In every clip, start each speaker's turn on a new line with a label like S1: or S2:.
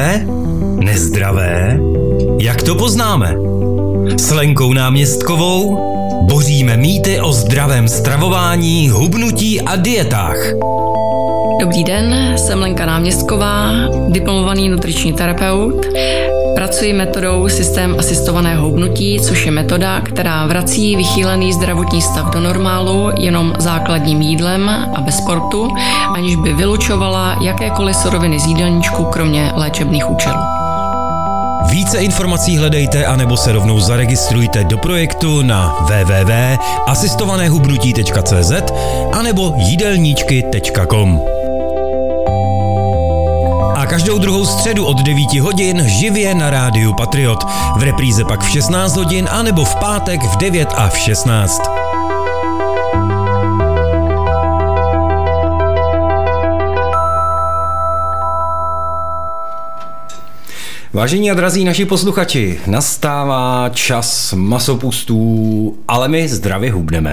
S1: Zdravé? Nezdravé? Jak to poznáme? S Lenkou Náměstkovou boříme mýty o zdravém stravování, hubnutí a dietách.
S2: Dobrý den, jsem Lenka Náměstková, diplomovaný nutriční terapeut. Pracuji metodou systém asistovaného hubnutí, což je metoda, která vrací vychýlený zdravotní stav do normálu jenom základním jídlem a bez sportu, aniž by vylučovala jakékoliv suroviny z jídelníčku, kromě léčebných účelů.
S1: Více informací hledejte anebo se rovnou zaregistrujte do projektu na www.asistovanéhubnutí.cz anebo jídelníčky.com. A každou druhou středu od 9 hodin živě na rádiu Patriot. V repríze pak v 16 hodin anebo v pátek v 9 a v 16. Vážení a drazí naši posluchači, nastává čas masopustů, ale my zdravě hubneme.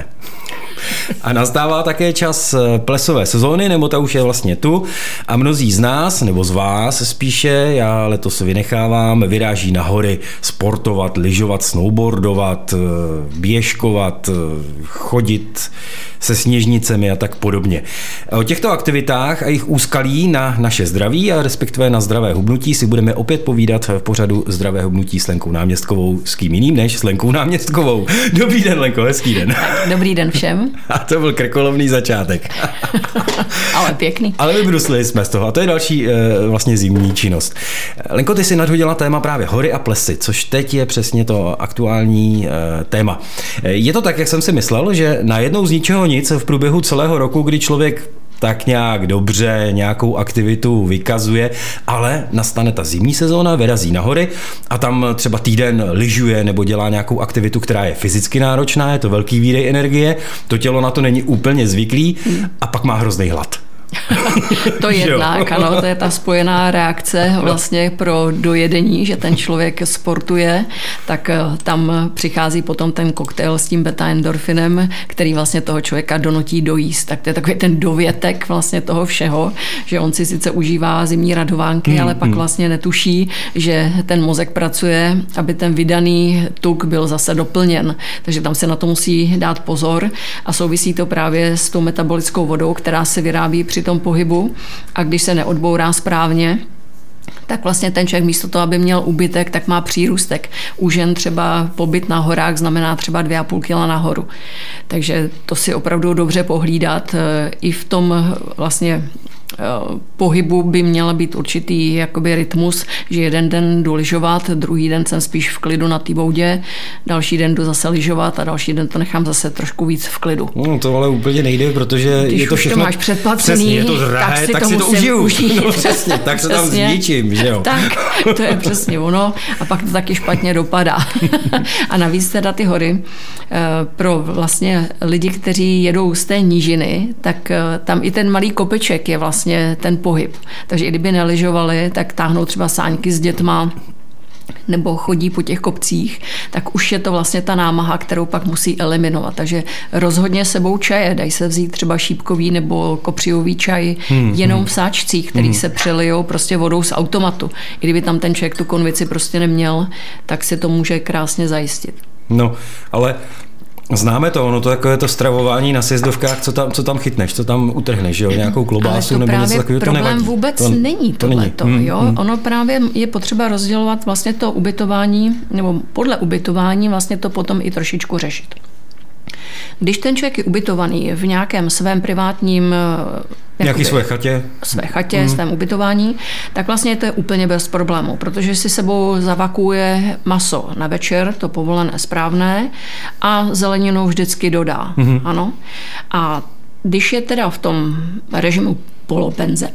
S1: A nastává také čas plesové sezóny, nebo ta už je vlastně tu. A mnozí z nás, nebo z vás spíše, já letos vynechávám, vyráží na hory sportovat, lyžovat, snowboardovat, běžkovat, chodit se sněžnicemi a tak podobně. O těchto aktivitách a jejich úskalí na naše zdraví a respektive na zdravé hubnutí si budeme opět povídat v pořadu Zdravé hubnutí s Lenkou Náměstkovou, s kým jiným než s Lenkou Náměstkovou. Dobrý den, Lenko, hezký den.
S2: Dobrý den všem.
S1: A to byl krkolovný začátek.
S2: Ale pěkný.
S1: Ale vybruslili jsme z toho a to je další vlastně zimní činnost. Lenko, ty si nadhodila téma právě hory a plesy, což teď je přesně to aktuální téma. Je to tak, jak jsem si myslel, že najednou z ničeho nic v průběhu celého roku, kdy člověk tak nějak dobře nějakou aktivitu vykazuje, ale nastane ta zimní sezóna, vyrazí na hory a tam třeba týden lyžuje nebo dělá nějakou aktivitu, která je fyzicky náročná, je to velký výdej energie, to tělo na to není úplně zvyklý a pak má hrozný hlad.
S2: To jednak, ano, to je ta spojená reakce vlastně pro dojedení, že ten člověk sportuje, tak tam přichází potom ten koktejl s tím beta-endorfinem, který vlastně toho člověka donutí dojíst. Tak to je takový ten dovětek vlastně toho všeho, že on si sice užívá zimní radovánky, ale pak vlastně netuší, že ten mozek pracuje, aby ten vydaný tuk byl zase doplněn. Takže tam se na to musí dát pozor a souvisí to právě s tou metabolickou vodou, která se vyrábí při tom pohybu a když se neodbourá správně, tak vlastně ten člověk místo toho, aby měl úbytek, tak má přírůstek. U žen třeba pobyt na horách znamená třeba 2,5 kg nahoru. Takže to si opravdu dobře pohlídat. I v tom vlastně pohybu by měl být určitý jakoby rytmus, že jeden den jdu lyžovat, druhý den jsem spíš v klidu na té boudě, další den jdu zase lyžovat a další den to nechám zase trošku víc v klidu.
S1: No, to ale úplně nejde, protože
S2: když
S1: je to všechno...
S2: Když to máš předplacený,
S1: přesně, je to drahé, tak si to užiju. No, přesně, tak se tam zničím, že jo?
S2: Tak, to je přesně ono a pak to taky špatně dopadá. A navíc teda ty hory pro vlastně lidi, kteří jedou z té nížiny, tak tam i ten malý kopeček je vlastně ten pohyb. Takže i kdyby nelyžovali, tak táhnou třeba sáňky s dětma nebo chodí po těch kopcích, tak už je to vlastně ta námaha, kterou pak musí eliminovat. Takže rozhodně sebou čaje, dají se vzít třeba šípkový nebo kopřivový čaj jenom v sáčcích, který se přelijou prostě vodou z automatu. I kdyby tam ten člověk tu konvici prostě neměl, tak si to může krásně zajistit.
S1: No, ale známe to, ono to takové to stravování na sjezdovkách, co tam chytneš, co tam utrhneš, jo, nějakou klobásu nebo něco takového, to nevadí.
S2: Problém vůbec není tohleto, jo. Ono právě je potřeba rozdělovat vlastně to ubytování, nebo podle ubytování vlastně to potom i trošičku řešit. Když ten člověk je ubytovaný v nějakém svém privátním
S1: nějaký své chatě,
S2: svém ubytování, tak vlastně to je úplně bez problému, protože si sebou zavakuje maso na večer, to povolené správné, a zeleninu vždycky dodá. Ano. A když je teda v tom režimu polopenze,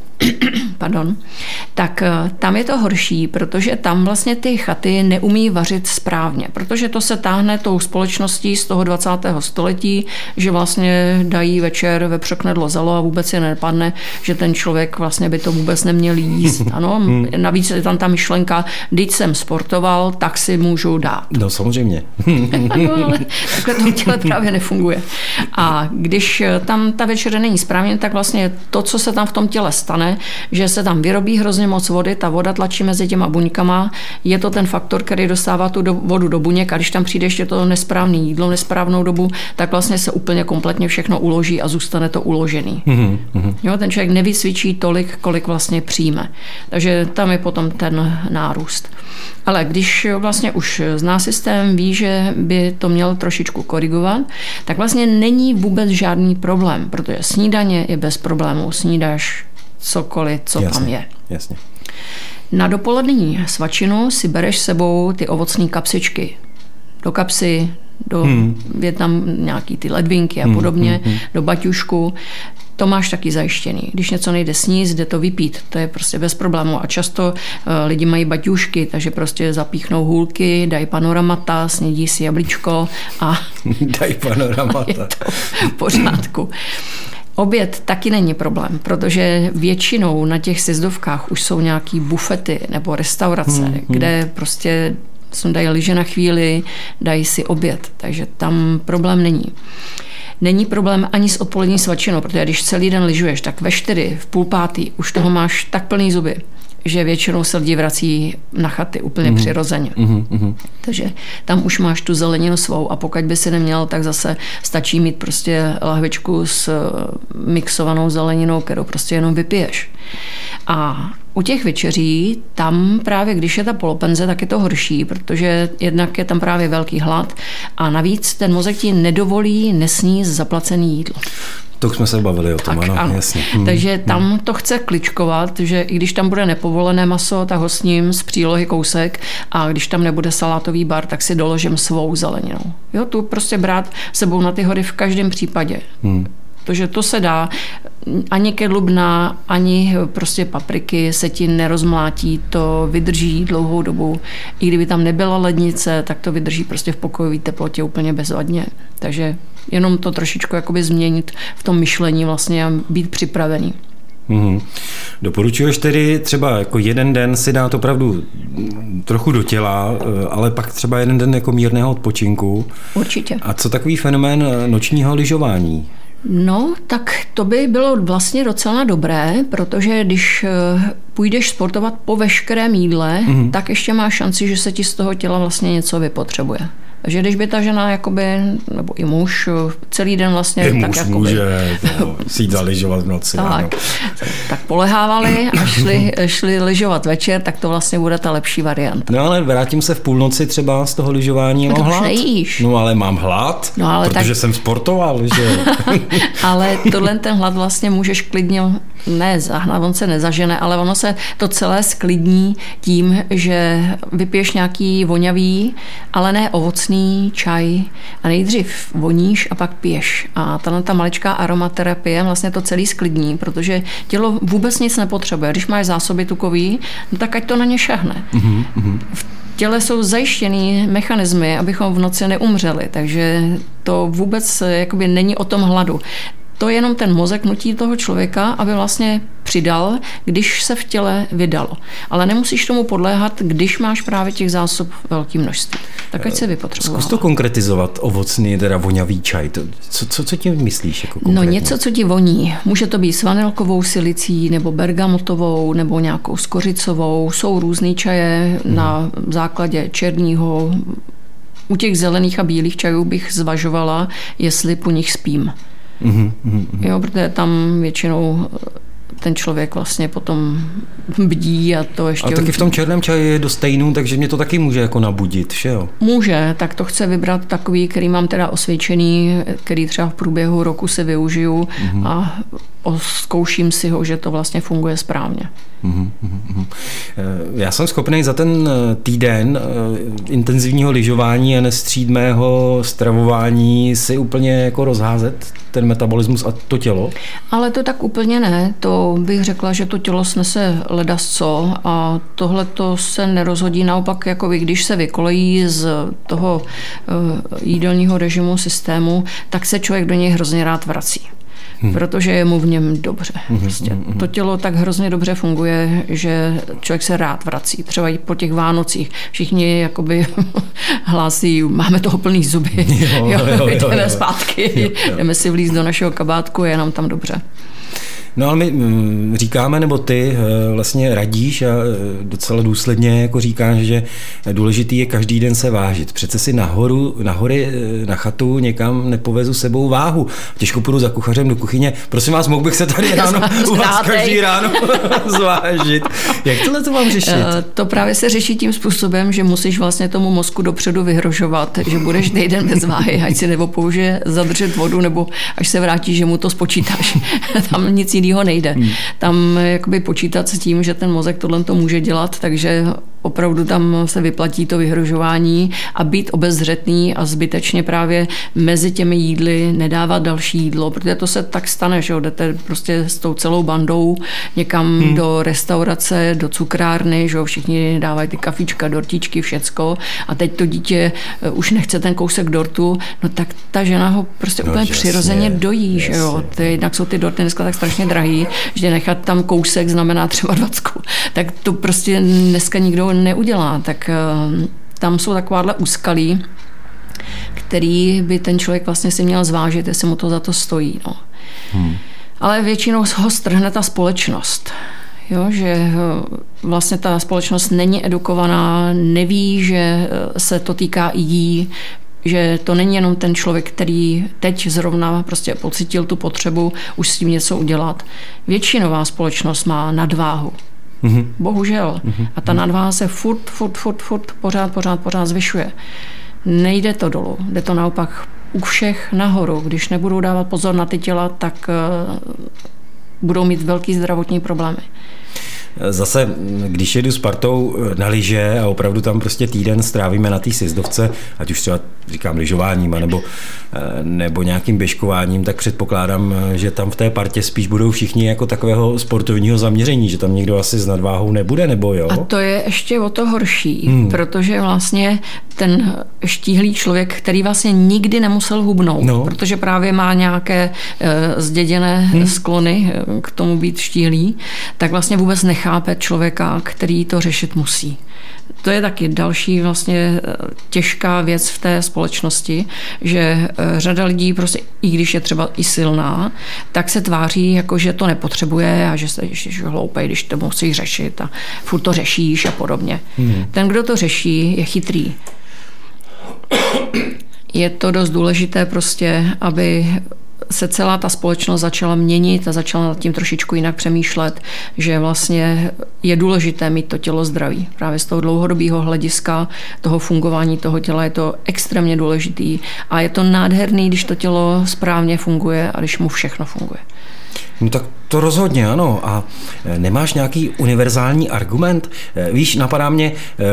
S2: tak tam je to horší, protože tam vlastně ty chaty neumí vařit správně, protože to se táhne tou společností z toho 20. století, že vlastně dají večer vepřoknedlo zelo a vůbec je nepadne, že ten člověk vlastně by to vůbec neměl jíst. Ano, navíc je tam ta myšlenka, když jsem sportoval, tak si můžu dát.
S1: No samozřejmě.
S2: No, ale takhle to těle právě nefunguje. A když tam ta večeře není správně, tak vlastně to, co se tam v tom těle stane, že se tam vyrobí hrozně moc vody, ta voda tlačí mezi těma buňkama, je to ten faktor, který dostává tu vodu do buněk a když tam přijde ještě to nesprávné jídlo, nesprávnou dobu, tak vlastně se úplně kompletně všechno uloží a zůstane to uložený. Jo, ten člověk nevycvičí tolik, kolik vlastně přijme. Takže tam je potom ten nárůst. Ale když vlastně už zná systém, ví, že by to měl trošičku korigovat, tak vlastně není vůbec žádný problém, protože snídaně je bez problémů, snídáš cokoliv, co
S1: jasně,
S2: tam je.
S1: Jasně.
S2: Na dopolední svačinu si bereš sebou ty ovocné kapsičky. Do kapsy, je tam nějaký ty ledvinky a podobně, do baťušku. To máš taky zajištěný. Když něco nejde sníst, jde to vypít. To je prostě bez problému. A často lidi mají baťušky, takže prostě zapíchnou hůlky, dají panoramata, snědí si jablíčko a
S1: dají panoramata.
S2: Je to v pořádku. Oběd taky není problém, protože většinou na těch sjezdovkách už jsou nějaký bufety nebo restaurace, kde prostě dají lyže na chvíli, dají si oběd, takže tam problém není. Není problém ani s odpolední svačinou, protože když celý den lyžuješ, tak ve 4, v 4:30 už toho máš tak plný zuby, že většinou se lidi vrací na chaty úplně přirozeně. Takže tam už máš tu zeleninu svou a pokud by si neměl, tak zase stačí mít prostě lahvičku s mixovanou zeleninou, kterou prostě jenom vypiješ. A u těch večeří, tam právě, když je ta polopenze, tak je to horší, protože jednak je tam právě velký hlad a navíc ten mozek ti nedovolí nesníst zaplacený jídlo.
S1: To už jsme se bavili o tom,
S2: tak,
S1: ano, jasně.
S2: Takže tam to chce kličkovat, že i když tam bude nepovolené maso, tak ho sním z přílohy kousek a když tam nebude salátový bar, tak si doložím svou zeleninou. Jo, tu prostě brát sebou na ty hory v každém případě. Protože to se dá, ani kedlubna, ani prostě papriky se ti nerozmlátí, to vydrží dlouhou dobu. I kdyby tam nebyla lednice, tak to vydrží prostě v pokojové teplotě úplně bezvadně. Takže jenom to trošičku jakoby změnit v tom myšlení vlastně a být připravený.
S1: Doporučuješ tedy třeba jako jeden den si dát opravdu trochu do těla, ale pak třeba jeden den jako mírného odpočinku?
S2: Určitě.
S1: A co takový fenomén nočního lyžování?
S2: No, tak to by bylo vlastně docela dobré, protože když půjdeš sportovat po veškerém jídle, tak ještě máš šanci, že se ti z toho těla vlastně něco vypotřebuje. Takže když by ta žena, jakoby, nebo i muž, celý den vlastně...
S1: I muž jakoby, může si jít zalyžovat v noci.
S2: Tak polehávali a šli lyžovat večer, tak to vlastně bude ta lepší varianta.
S1: No ale vrátím se v půlnoci třeba z toho lyžování, mám hlad.
S2: Nejíš.
S1: No ale mám hlad, no, ale protože jsem sportoval, že?
S2: Ale tohle ten hlad vlastně můžeš klidně zahnat, on se nezažene, ale ono se to celé sklidní tím, že vypiješ nějaký vonavý, ale ne ovocný čaj a nejdřív voníš a pak piješ. A ta maličká aromaterapie vlastně to celý sklidní, protože tělo vůbec nic nepotřebuje. Když máš zásoby tukový, no tak ať to na ně šahne. V těle jsou zajištěný mechanismy, abychom v noci neumřeli, takže to vůbec jakoby není o tom hladu. To je jenom ten mozek nutí toho člověka, aby vlastně přidal, když se v těle vydalo. Ale nemusíš tomu podléhat, když máš právě těch zásob velké množství. Tak ať se vypotřebovala.
S1: Zkus to konkretizovat, ovocný, teda vonavý čaj. Co tím myslíš? Jako
S2: no něco, co ti voní. Může to být s vanilkovou silicí, nebo bergamotovou, nebo nějakou skořicovou. Jsou různý čaje na základě černého. U těch zelených a bílých čajů bych zvažovala, jestli po nich spím. Jo, protože tam většinou ten člověk vlastně potom bdí a to ještě...
S1: A taky v tom černém čaji je dost stejnů, takže mě to taky může jako nabudit, že jo?
S2: Může, tak to chce vybrat takový, který mám teda osvědčený, který třeba v průběhu roku si využiju a zkouším si ho, že to vlastně funguje správně.
S1: Já jsem schopný za ten týden intenzivního lyžování a nestřídmého stravování si úplně jako rozházet ten metabolismus a to tělo? Ale
S2: to tak úplně ne. To bych řekla, že to tělo snese ledasco a tohle to se nerozhodí. Naopak, jako když se vykolejí z toho jídelního režimu systému, tak se člověk do něj hrozně rád vrací. Protože je mu v něm dobře. Prostě to tělo tak hrozně dobře funguje, že člověk se rád vrací. Třeba i po těch Vánocích. Všichni jakoby hlásí, máme toho plný zuby. Jdeme zpátky, jdeme si vlízt do našeho kabátku, je nám tam dobře.
S1: No ale my říkáme, nebo ty vlastně radíš a docela důsledně jako říkáš, že důležitý je každý den se vážit. Přece si na hory, na chatu někam nepovezu sebou váhu. Těžko půjdu za kuchařem do kuchyně. Prosím vás, mohl bych se tady ráno u vás každý ráno zvážit. Jak tohle to mám řešit?
S2: To právě se řeší tím způsobem, že musíš vlastně tomu mozku dopředu vyhrožovat, že budeš týden bez váhy, ať si nebo použije zadržet vodu, nebo až se vrátí, že mu to spočítáš. Tam nic jiného nejde. Tam jakoby počítat s tím, že ten mozek tohle to může dělat, takže opravdu tam se vyplatí to vyhrožování a být obezřetný a zbytečně právě mezi těmi jídly nedávat další jídlo, protože to se tak stane, že jdete prostě s tou celou bandou někam do restaurace, do cukrárny, že všichni dávají ty kafička, dortičky, všecko a teď to dítě už nechce ten kousek dortu, no tak ta žena ho prostě úplně přirozeně dojí, že jo. Jednak jsou ty dorty dneska tak strašně drahý, že nechat tam kousek znamená třeba 20. Tak to prostě dneska nikdo neudělá, tak tam jsou takováhle úskalí, který by ten člověk vlastně si měl zvážit, jestli mu to za to stojí. No. Ale většinou ho strhne ta společnost. Jo, že vlastně ta společnost není edukovaná, neví, že se to týká i jí, že to není jenom ten člověk, který teď zrovna prostě pocitil tu potřebu už s tím něco udělat. Většinová společnost má nadváhu. Bohužel. A ta nadváha se furt pořád zvyšuje. Nejde to dolů, jde to naopak u všech nahoru. Když nebudou dávat pozor na ty těla, tak budou mít velký zdravotní problémy.
S1: Zase, když jedu s partou na lyže a opravdu tam prostě týden strávíme na té sjezdovce, ať už třeba říkám lyžováním nebo nějakým běžkováním, tak předpokládám, že tam v té partě spíš budou všichni jako takového sportovního zaměření, že tam někdo asi s nadváhou nebude, nebo jo?
S2: A to je ještě o to horší, protože vlastně ten štíhlý člověk, který vlastně nikdy nemusel hubnout, protože právě má nějaké zděděné sklony k tomu být štíhlý, tak vlastně vůbec nechápe člověka, který to řešit musí. To je taky další vlastně těžká věc v té společnosti, že řada lidí prostě, i když je třeba i silná, tak se tváří, jako že to nepotřebuje a že jsi hloupej, když to musíš řešit a furt to řešíš a podobně. Ten, kdo to řeší, je chytrý. Je to dost důležité prostě, aby se celá ta společnost začala měnit a začala nad tím trošičku jinak přemýšlet, že vlastně je důležité mít to tělo zdravý. Právě z toho dlouhodobého hlediska toho fungování toho těla je to extrémně důležitý a je to nádherný, když to tělo správně funguje a když mu všechno funguje.
S1: No tak to rozhodně, ano. A nemáš nějaký univerzální argument? Víš, napadá mě,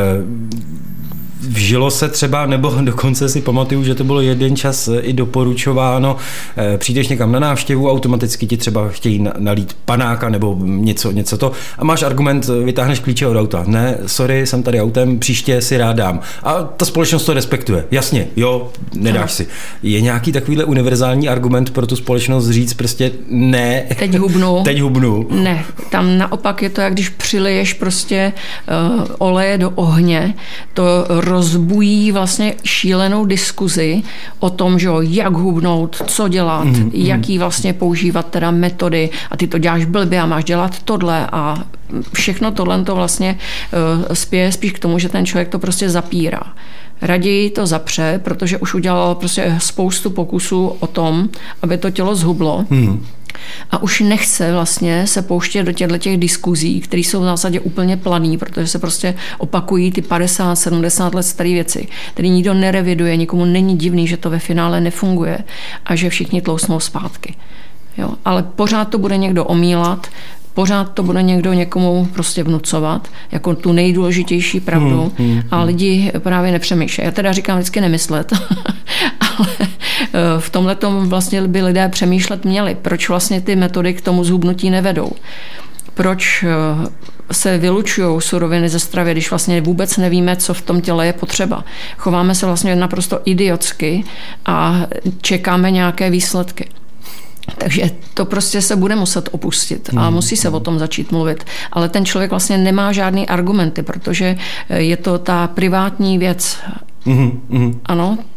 S1: vžilo se třeba, nebo dokonce si pamatuju, že to bylo jeden čas i doporučováno, přijdeš někam na návštěvu, automaticky ti třeba chtějí nalít panáka nebo něco to a máš argument, vytáhneš klíče od auta. Ne, sorry, jsem tady autem, příště si rád dám. A ta společnost to respektuje. Jasně, jo, nedáš si. Je nějaký takovýhle univerzální argument pro tu společnost říct prostě ne. Teď hubnu.
S2: Ne, tam naopak je to, jak když přiliješ prostě oleje do ohně, to rozbují vlastně šílenou diskuzi o tom, že jak hubnout, co dělat, jaký vlastně používat teda metody a ty to děláš blbě a máš dělat tohle a všechno tohle to vlastně spěje spíš k tomu, že ten člověk to prostě zapírá. Raději to zapře, protože už udělal prostě spoustu pokusů o tom, aby to tělo zhublo. A už nechce vlastně se pouštět do těchto diskuzí, které jsou v zásadě úplně planý, protože se prostě opakují ty 50-70 let staré věci, které nikdo nereviduje, nikomu není divný, že to ve finále nefunguje a že všichni tlousnou zpátky. Jo? Ale pořád to bude někdo omílat, pořád to bude někdo někomu prostě vnucovat jako tu nejdůležitější pravdu a lidi právě nepřemýšlejí. Já teda říkám vždycky nemyslet, ale v tomhletom vlastně by lidé přemýšlet měli. Proč vlastně ty metody k tomu zhubnutí nevedou? Proč se vylučují suroviny ze stravy, když vlastně vůbec nevíme, co v tom těle je potřeba? Chováme se vlastně naprosto idiotsky a čekáme nějaké výsledky. Takže to prostě se bude muset opustit a musí se o tom začít mluvit. Ale ten člověk vlastně nemá žádný argumenty, protože je to ta privátní věc. Ano,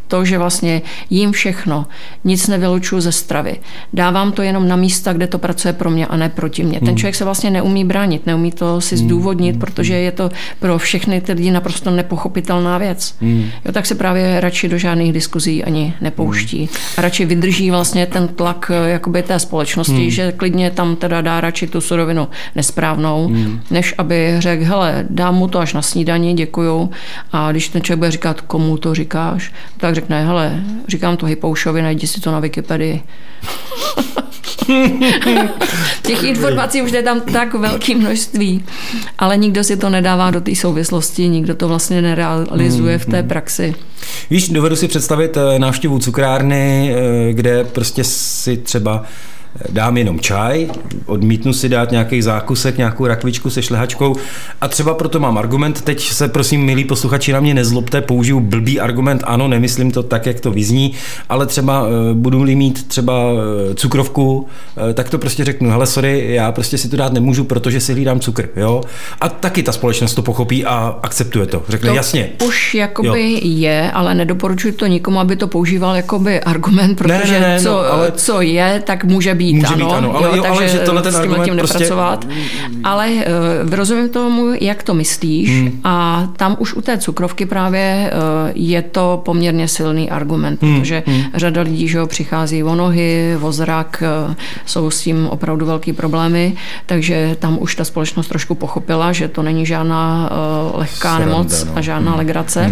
S2: to, že vlastně jím všechno, nic nevylučuju ze stravy. Dávám to jenom na místa, kde to pracuje pro mě a ne proti mě. Ten člověk se vlastně neumí bránit, neumí to si zdůvodnit, protože je to pro všechny ty lidi naprosto nepochopitelná věc. Jo, tak se právě radši do žádných diskuzí ani nepouští. A radši vydrží vlastně ten tlak jakoby té společnosti, že klidně tam teda dá radši tu surovinu nesprávnou, než aby řekl, hele, dám mu to až na snídani, děkuju. A když ten člověk bude říkat, komu to říkáš, tak řekne, hele, říkám to Hypoušovi, najdi si to na Wikipedii. Těch informací už je tam tak velké množství, ale nikdo si to nedává do té souvislosti, nikdo to vlastně nerealizuje v té praxi.
S1: Víš, dovedu si představit návštěvu cukrárny, kde prostě si třeba dám jenom čaj, odmítnu si dát nějaký zákusek, nějakou rakvičku se šlehačkou a třeba proto mám argument, teď se prosím, milí posluchači, na mě nezlobte, použiju blbý argument, ano, nemyslím to tak, jak to vyzní, ale třeba budu-li mít třeba cukrovku, tak to prostě řeknu, hele, sorry, já prostě si to dát nemůžu, protože si hlídám cukr, jo? A taky ta společnost to pochopí a akceptuje to, řekne to jasně.
S2: Už jakoby je, ale nedoporučuji to nikomu, aby to používal jakoby argument, protože ne, co je, tak může být.
S1: Může být, ano, ale, jo, ale že tohle ten argument prostě...
S2: Ale rozumím tomu, jak to myslíš a tam už u té cukrovky právě je to poměrně silný argument, protože řada lidí, že přichází o nohy, o zrak, jsou s tím opravdu velký problémy, takže tam už ta společnost trošku pochopila, že to není žádná lehká nemoc a žádná legrace.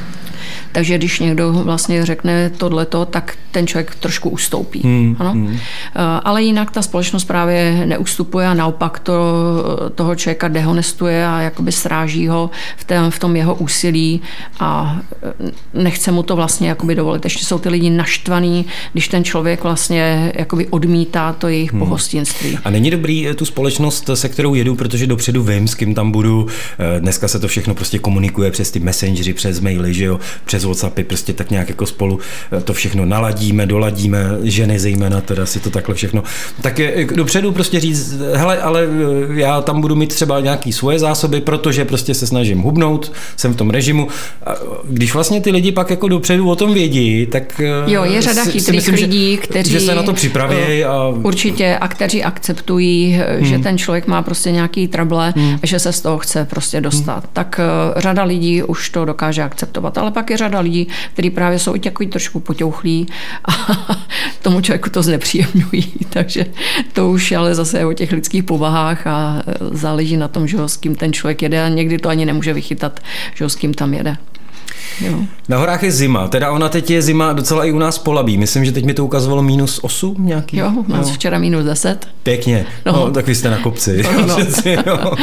S2: Takže když někdo vlastně řekne tohleto, tak ten člověk trošku ustoupí. Ano? Ale jinak ta společnost právě neustupuje a naopak toho člověka dehonestuje a jakoby sráží ho v tom jeho úsilí a nechce mu to vlastně jakoby dovolit. Ještě jsou ty lidi naštvaný, když ten člověk vlastně jakoby odmítá to jejich pohostinství.
S1: A není dobrý tu společnost, se kterou jedu, protože dopředu vím, s kým tam budu. Dneska se to všechno prostě komunikuje přes ty messengery, přes maily, že jo, přes WhatsAppy, prostě tak nějak jako spolu to všechno naladíme, doladíme, ženy zejména, teda si to takhle všechno. Tak dopředu prostě říct, hele, ale já tam budu mít třeba nějaký svoje zásoby, protože prostě se snažím hubnout, jsem v tom režimu. A když vlastně ty lidi pak jako dopředu o tom vědí, tak
S2: jo, je řada chytrých lidí, kteří
S1: že se na to připraví a
S2: určitě a kteří akceptují, že ten člověk má prostě nějaký trable, že se z toho chce prostě dostat. Tak řada lidí už to dokáže akceptovat, ale pak je řada lidí, kteří právě jsou i takový trošku poťouchlí a tomu člověku to znepříjemňují. Takže to už ale zase je o těch lidských povahách a záleží na tom, že s kým ten člověk jede a někdy to ani nemůže vychytat, že s kým tam jede. Jo.
S1: Na horách je zima, teda ona teď je zima docela i u nás polabí. Myslím, že teď mi to ukazovalo -8 nějaký.
S2: Jo, u nás včera -10.
S1: Pěkně, no, tak vy jste na kopci. No.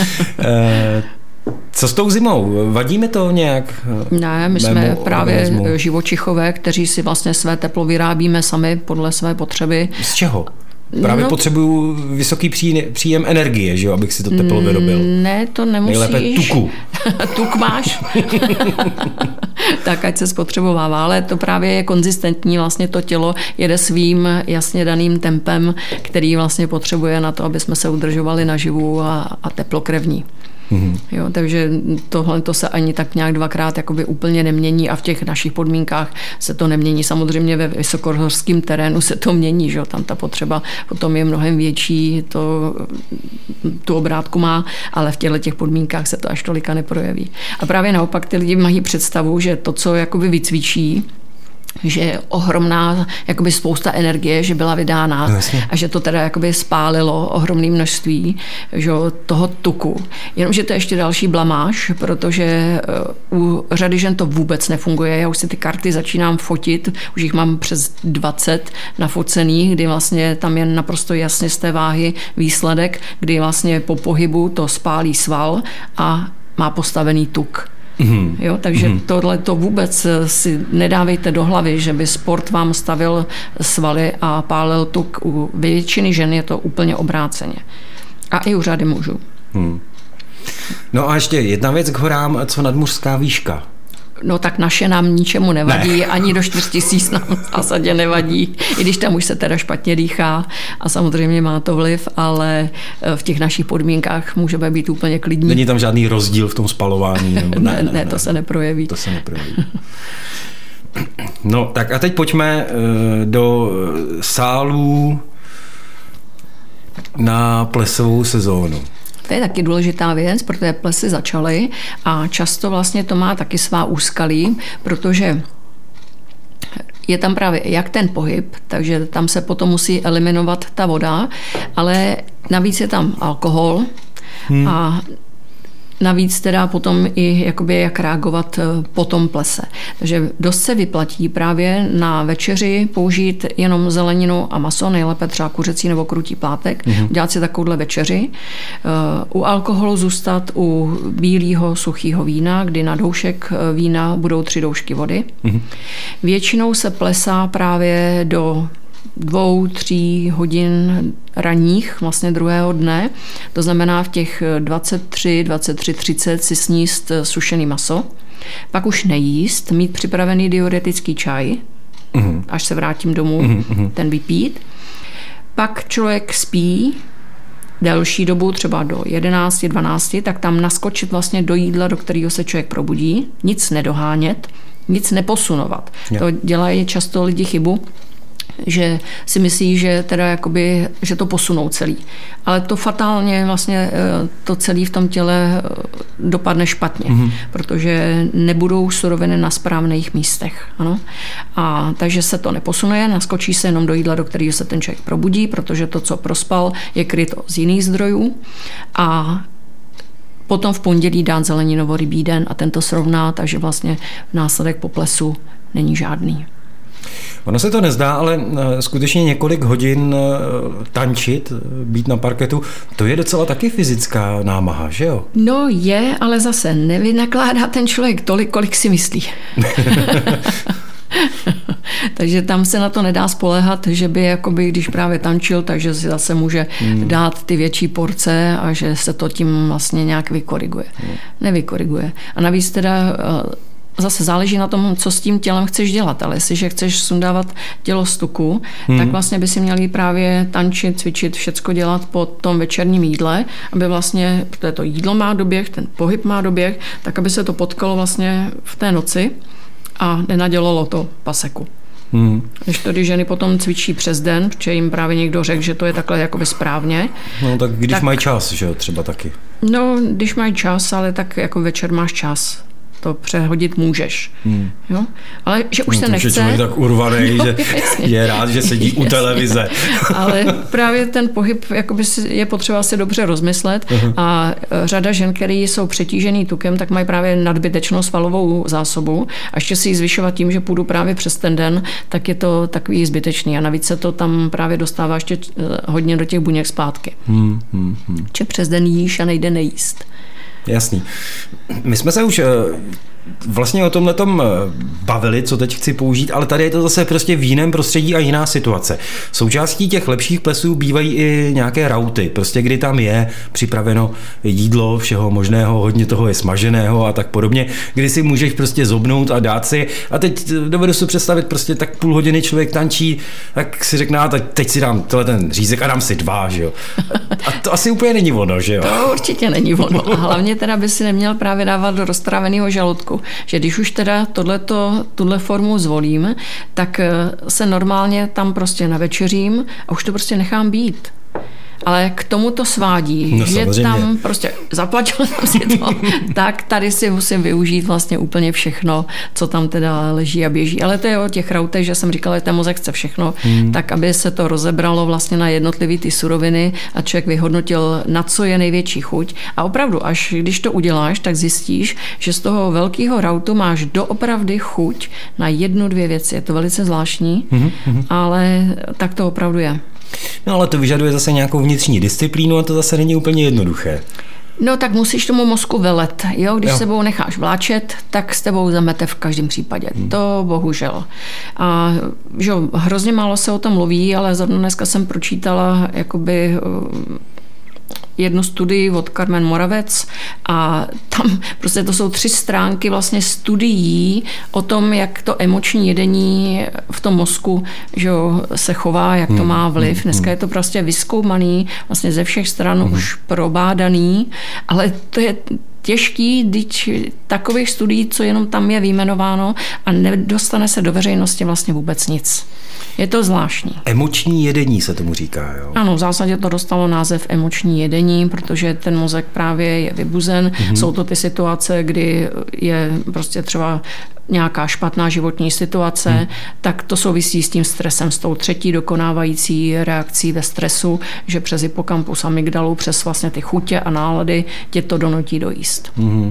S1: Co s tou zimou? Vadí mi to nějak?
S2: Ne, my jsme právě živočichové, kteří si vlastně své teplo vyrábíme sami podle své potřeby.
S1: Z čeho? Právě potřebuju vysoký příjem energie, že jo, abych si to teplo vyrobil.
S2: Ne, to nemusíš.
S1: Nejlépe tuku.
S2: Tuk máš. Tak ať se spotřebovává, ale to právě je konzistentní, vlastně to tělo jede svým jasně daným tempem, který vlastně potřebuje na to, aby jsme se udržovali naživu a teplokrevní. Jo, takže tohle to se ani tak nějak dvakrát jakoby úplně nemění a v těch našich podmínkách se to nemění. Samozřejmě ve vysokohorském terénu se to mění, že? Tam ta potřeba potom je mnohem větší, tu obrátku má, ale v těchto podmínkách se to až tolika neprojeví. A právě naopak ty lidi mají představu, že to, co jakoby vycvičí, že je ohromná jakoby spousta energie, že byla vydána a že to teda jakoby spálilo ohromné množství, že, toho tuku. Jenomže to je ještě další blamáž, protože u řady žen to vůbec nefunguje. Já už si ty karty začínám fotit, už jich mám přes 20 nafocených, kdy vlastně tam je naprosto jasně z té váhy výsledek, kdy vlastně po pohybu to spálí sval a má postavený tuk. Jo, takže tohle to vůbec si nedávejte do hlavy, že by sport vám stavil svaly a pálil tuk. U většiny žen je to úplně obráceně. A i u řady mužů.
S1: No a ještě jedna věc k horám, co nadmořská výška?
S2: No tak naše nám ničemu nevadí, ani do 4000 nám v zásadě nevadí, i když tam už se teda špatně dýchá a samozřejmě má to vliv, ale v těch našich podmínkách můžeme být úplně klidní.
S1: Není tam žádný rozdíl v tom spalování? Nebo
S2: ne, to se neprojeví.
S1: To se neprojeví. No, tak a teď pojďme do sálů na plesovou sezónu.
S2: To je taky důležitá věc, protože plesy začaly a často vlastně to má taky svá úskalí, protože je tam právě jak ten pohyb, takže tam se potom musí eliminovat ta voda, ale navíc je tam alkohol a navíc teda potom i jakoby jak reagovat po tom plese. Takže dost se vyplatí právě na večeři použít jenom zeleninu a maso, nejlépe třeba kuřecí nebo krutý plátek, udělat si takovouhle večeři. U alkoholu zůstat u bílého suchého vína, kdy na doušek vína budou 3 doušky vody. Většinou se plesá právě do 2-3 hodin ranních, vlastně druhého dne. To znamená v těch 23:30 si sníst sušený maso. Pak už nejíst, mít připravený diuretický čaj, až se vrátím domů, ten vypít. Pak člověk spí delší dobu, třeba do 11-12, tak tam naskočit vlastně do jídla, do kterého se člověk probudí, nic nedohánět, nic neposunovat. To dělají často lidi chybu, že si myslí, že teda jakoby, že to posunou celý. Ale to fatálně vlastně to celé v tom těle dopadne špatně, protože nebudou suroviny na správných místech. Ano? A takže se to neposunuje, naskočí se jenom do jídla, do kterého se ten člověk probudí, protože to, co prospal, je kryto z jiných zdrojů a potom v pondělí dát zeleninovo-rybí den a tento srovná, takže vlastně následek po plesu není žádný.
S1: Ono se to nezdá, ale skutečně několik hodin tančit, být na parketu, to je docela taky fyzická námaha, že jo?
S2: No je, ale zase nevynakládá ten člověk tolik, kolik si myslí. Takže tam se na to nedá spoléhat, že by jakoby, když právě tančil, takže si zase může dát ty větší porce a že se to tím vlastně nějak vykoriguje. Nevykoriguje. A navíc teda zase záleží na tom, co s tím tělem chceš dělat, ale jestliže chceš sundávat tělo z tuku, tak vlastně by si měli právě tančit, cvičit, všecko dělat po tom večerním jídle, aby vlastně, protože to jídlo má doběh, ten pohyb má doběh, tak aby se to potkalo vlastně v té noci a nenadělalo to paseku. Když to, když ženy potom cvičí přes den, protože jim právě někdo řekl, že to je takhle jakoby správně.
S1: No tak když mají čas, že jo, třeba taky.
S2: No, když mají čas, ale tak jako večer máš čas. To přehodit můžeš. Jo? Ale že už se nechce.
S1: Že člověk tak urvaný, že je rád, že sedí u televize.
S2: Ale právě ten pohyb jakoby je potřeba si dobře rozmyslet a řada žen, které jsou přetížený tukem, tak mají právě nadbytečnou svalovou zásobu a ještě si ji zvyšovat tím, že půjdu právě přes ten den, tak je to takový zbytečný a navíc se to tam právě dostává ještě hodně do těch buněk zpátky. Že přes den jíš a nejde nejíst.
S1: Jasný. My jsme se už vlastně o tomhletom bavili, co teď chci použít, ale tady je to zase prostě v jiném prostředí a jiná situace. Součástí těch lepších plesů bývají i nějaké rauty, prostě kdy tam je připraveno jídlo všeho možného, hodně toho je smaženého a tak podobně, kdy si můžeš prostě zobnout a dát si a teď dovedu si představit prostě tak půl hodiny člověk tančí, tak si řekne, tak teď si dám ten řízek a dám si 2, že jo. A to asi úplně není ono, že jo.
S2: To určitě není ono. A hlavně teda by si neměl právě dávat do roztráveného žaludku. Že když už teda tuhle formu zvolím, tak se normálně tam prostě navečeřím a už to prostě nechám být. Ale k tomu to svádí,
S1: no,
S2: že
S1: samozřejmě.
S2: Tam prostě zaplatil jsem si to, tak tady si musím využít vlastně úplně všechno, co tam teda leží a běží. Ale to je o těch rautech, že jsem říkala, že ten mozek chce všechno, tak aby se to rozebralo vlastně na jednotlivé ty suroviny a člověk vyhodnotil, na co je největší chuť. A opravdu, až když to uděláš, tak zjistíš, že z toho velkého rautu máš doopravdy chuť na 1-2 věci. Je to velice zvláštní, ale tak to opravdu je.
S1: No ale to vyžaduje zase nějakou vnitřní disciplínu a to zase není úplně jednoduché.
S2: No tak musíš tomu mozku velet, jo? Když sebou necháš vláčet, tak s tebou zamete v každém případě. To bohužel. A že hrozně málo se o tom mluví, ale zrovna dneska jsem pročítala jakoby jednu studii od Carmen Moravec a tam prostě to jsou 3 stránky vlastně studií o tom, jak to emoční jedení v tom mozku, že se chová, jak to má vliv. Dneska je to prostě vyzkoumaný, vlastně ze všech stran už probádaný, ale těžký, když takových studií, co jenom tam je vyjmenováno a nedostane se do veřejnosti vlastně vůbec nic. Je to zvláštní.
S1: Emoční jedení se tomu říká, jo?
S2: Ano, v zásadě to dostalo název emoční jedení, protože ten mozek právě je vybuzen. Jsou to ty situace, kdy je prostě třeba nějaká špatná životní situace, tak to souvisí s tím stresem, s tou třetí dokonávající reakcí ve stresu, že přes hypokampus amygdalu, přes vlastně ty chutě a nálady tě to donutí dojíst.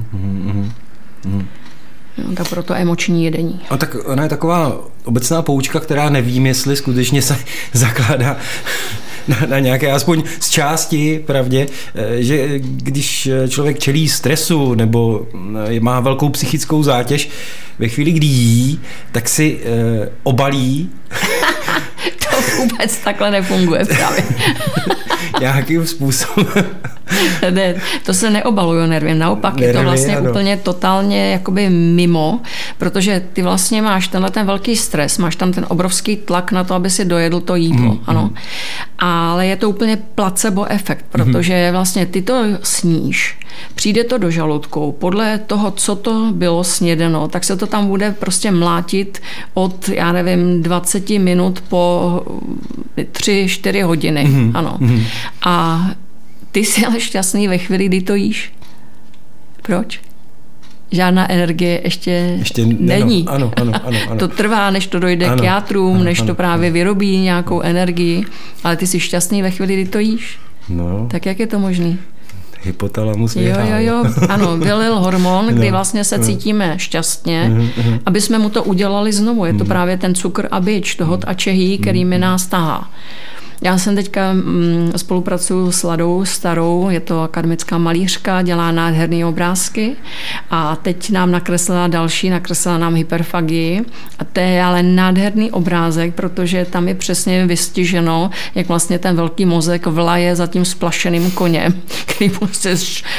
S2: No, tak proto emoční jedení.
S1: A tak ona je taková obecná poučka, která nevím, jestli skutečně se zakládá na nějaké, aspoň z části, pravdě, že když člověk čelí stresu nebo má velkou psychickou zátěž, ve chvíli, kdy jí, tak si obalí.
S2: To vůbec takhle nefunguje právě.
S1: Nějakým způsobem.
S2: Ne, to se neobaluje nervy, naopak je to vlastně úplně totálně jakoby mimo, protože ty vlastně máš tenhle ten velký stres, máš tam ten obrovský tlak na to, aby si dojedl to jídlo, ano. Ale je to úplně placebo efekt, protože vlastně ty to sníš, přijde to do žaludku, podle toho, co to bylo snědeno, tak se to tam bude prostě mlátit od, já nevím, 20 minut po 3-4 hodiny, ano. A ty jsi ale šťastný ve chvíli, kdy to jíš. Proč? Žádná energie ještě není.
S1: Ano.
S2: To trvá, než to dojde k játrům, než to právě vyrobí nějakou energii, ale ty jsi šťastný ve chvíli, kdy to jíš.
S1: No.
S2: Tak jak je to možný?
S1: Hypotalamus vyhrál.
S2: Jo. Ano, vylil hormon, kdy vlastně se cítíme šťastně, aby jsme mu to udělali znovu. Je to právě ten cukr a bič, to hot a čehý, který mi nás tahá. Já jsem teďka spolupracuju s Ladou Starou, je to akademická malířka, dělá nádherné obrázky a teď nám nakreslila nám hyperfagii a to je ale nádherný obrázek, protože tam je přesně vystiženo, jak vlastně ten velký mozek vlaje za tím splašeným koněm, který prostě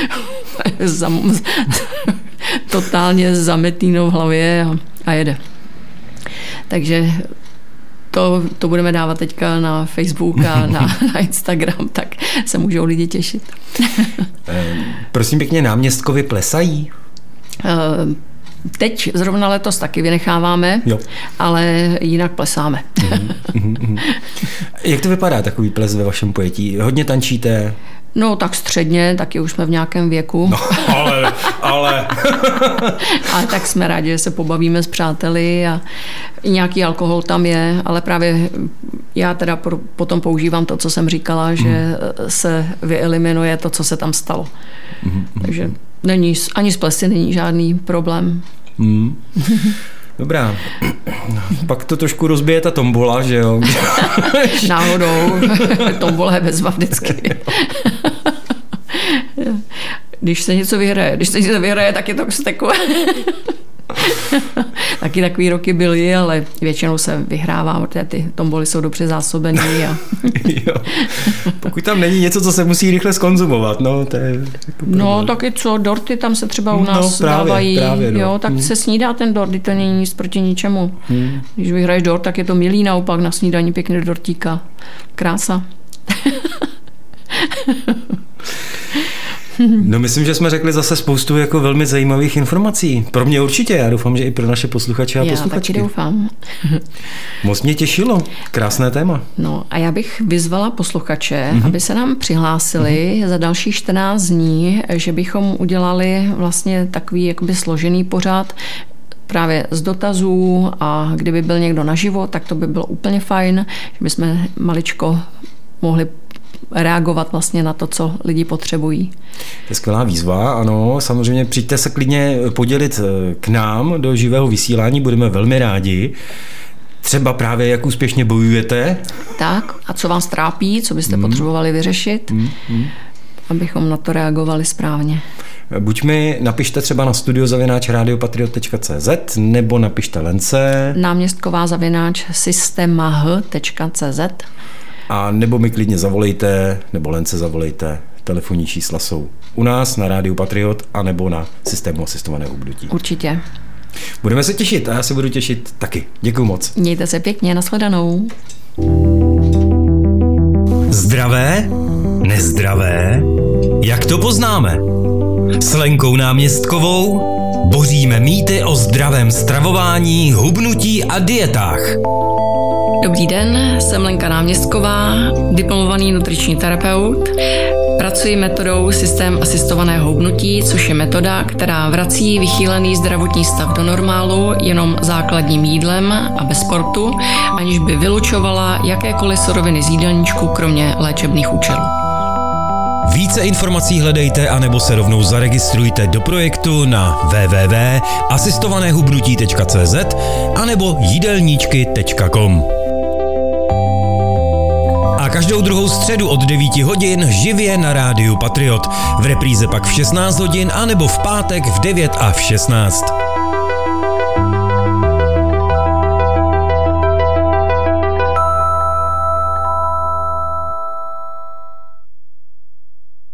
S2: totálně zametíno v hlavě a jede. Takže to budeme dávat teďka na Facebook a na Instagram, tak se můžou lidi těšit.
S1: Prosím pěkně, náměstkovi plesají?
S2: Teď zrovna letos taky vynecháváme, ale jinak plesáme.
S1: Jak to vypadá, takový ples ve vašem pojetí? Hodně tančíte?
S2: No tak středně, taky už jsme v nějakém věku.
S1: No, ale.
S2: Ale tak jsme rádi, že se pobavíme s přáteli a nějaký alkohol tam je, ale právě já teda potom používám to, co jsem říkala, že se vyeliminuje to, co se tam stalo. Takže ani z plesy není žádný problém.
S1: Dobrá. Pak to trošku rozbije ta tombola, že jo?
S2: Náhodou. Tombola je bezva vždycky. Když se něco vyhraje, tak je to takové. Taky takový roky byly, ale většinou se vyhrává, protože ty tomboly jsou dobře zásobený.
S1: Jo. Pokud tam není něco, co se musí rychle zkonzumovat, no to je jako
S2: no taky co, dorty tam se třeba u nás dávají, tak se snídá ten dort, to není nic proti ničemu. Když vyhraješ dort, tak je to milý naopak na snídaní pěkně dortíka. Krása.
S1: No myslím, že jsme řekli zase spoustu jako velmi zajímavých informací. Pro mě určitě, já doufám, že i pro naše posluchače a posluchačky.
S2: Já taky doufám.
S1: Moc mě těšilo, krásné téma.
S2: No a já bych vyzvala posluchače, aby se nám přihlásili za další 14 dní, že bychom udělali vlastně takový jakoby složený pořad, právě z dotazů a kdyby byl někdo naživo, tak to by bylo úplně fajn, že bychom maličko mohli reagovat vlastně na to, co lidi potřebují.
S1: To je skvělá výzva, ano. Samozřejmě přijďte se klidně podělit k nám do živého vysílání, budeme velmi rádi. Třeba právě, jak úspěšně bojujete. Tak,
S2: a co vás trápí, co byste potřebovali vyřešit, abychom na to reagovali správně.
S1: Buď mi napište třeba na studio@radiopatriot.cz nebo napište Lence
S2: náměstková@systemah.cz
S1: a nebo mi klidně zavolejte, nebo Lence zavolejte. Telefonní čísla jsou u nás na Rádiu Patriot a nebo na systému asistovaného ubnutí.
S2: Určitě.
S1: Budeme se těšit a já se budu těšit taky. Děkuju moc.
S2: Mějte se pěkně, nashledanou.
S1: Zdravé? Nezdravé? Jak to poznáme? S Lenkou Náměstkovou boříme mýty o zdravém stravování, hubnutí a dietách.
S2: Dobrý den, jsem Lenka Náměstková, diplomovaný nutriční terapeut. Pracuji metodou systém asistovaného hubnutí, což je metoda, která vrací vychýlený zdravotní stav do normálu jenom základním jídlem a bez sportu, aniž by vylučovala jakékoliv suroviny z jídelníčku, kromě léčebných účelů.
S1: Více informací hledejte anebo se rovnou zaregistrujte do projektu na www.asistovanéhubnutí.cz anebo jídelníčky.com. A každou druhou středu od 9 hodin živě na rádiu Patriot. V repríze pak v 16 hodin anebo v pátek v 9 a v 16.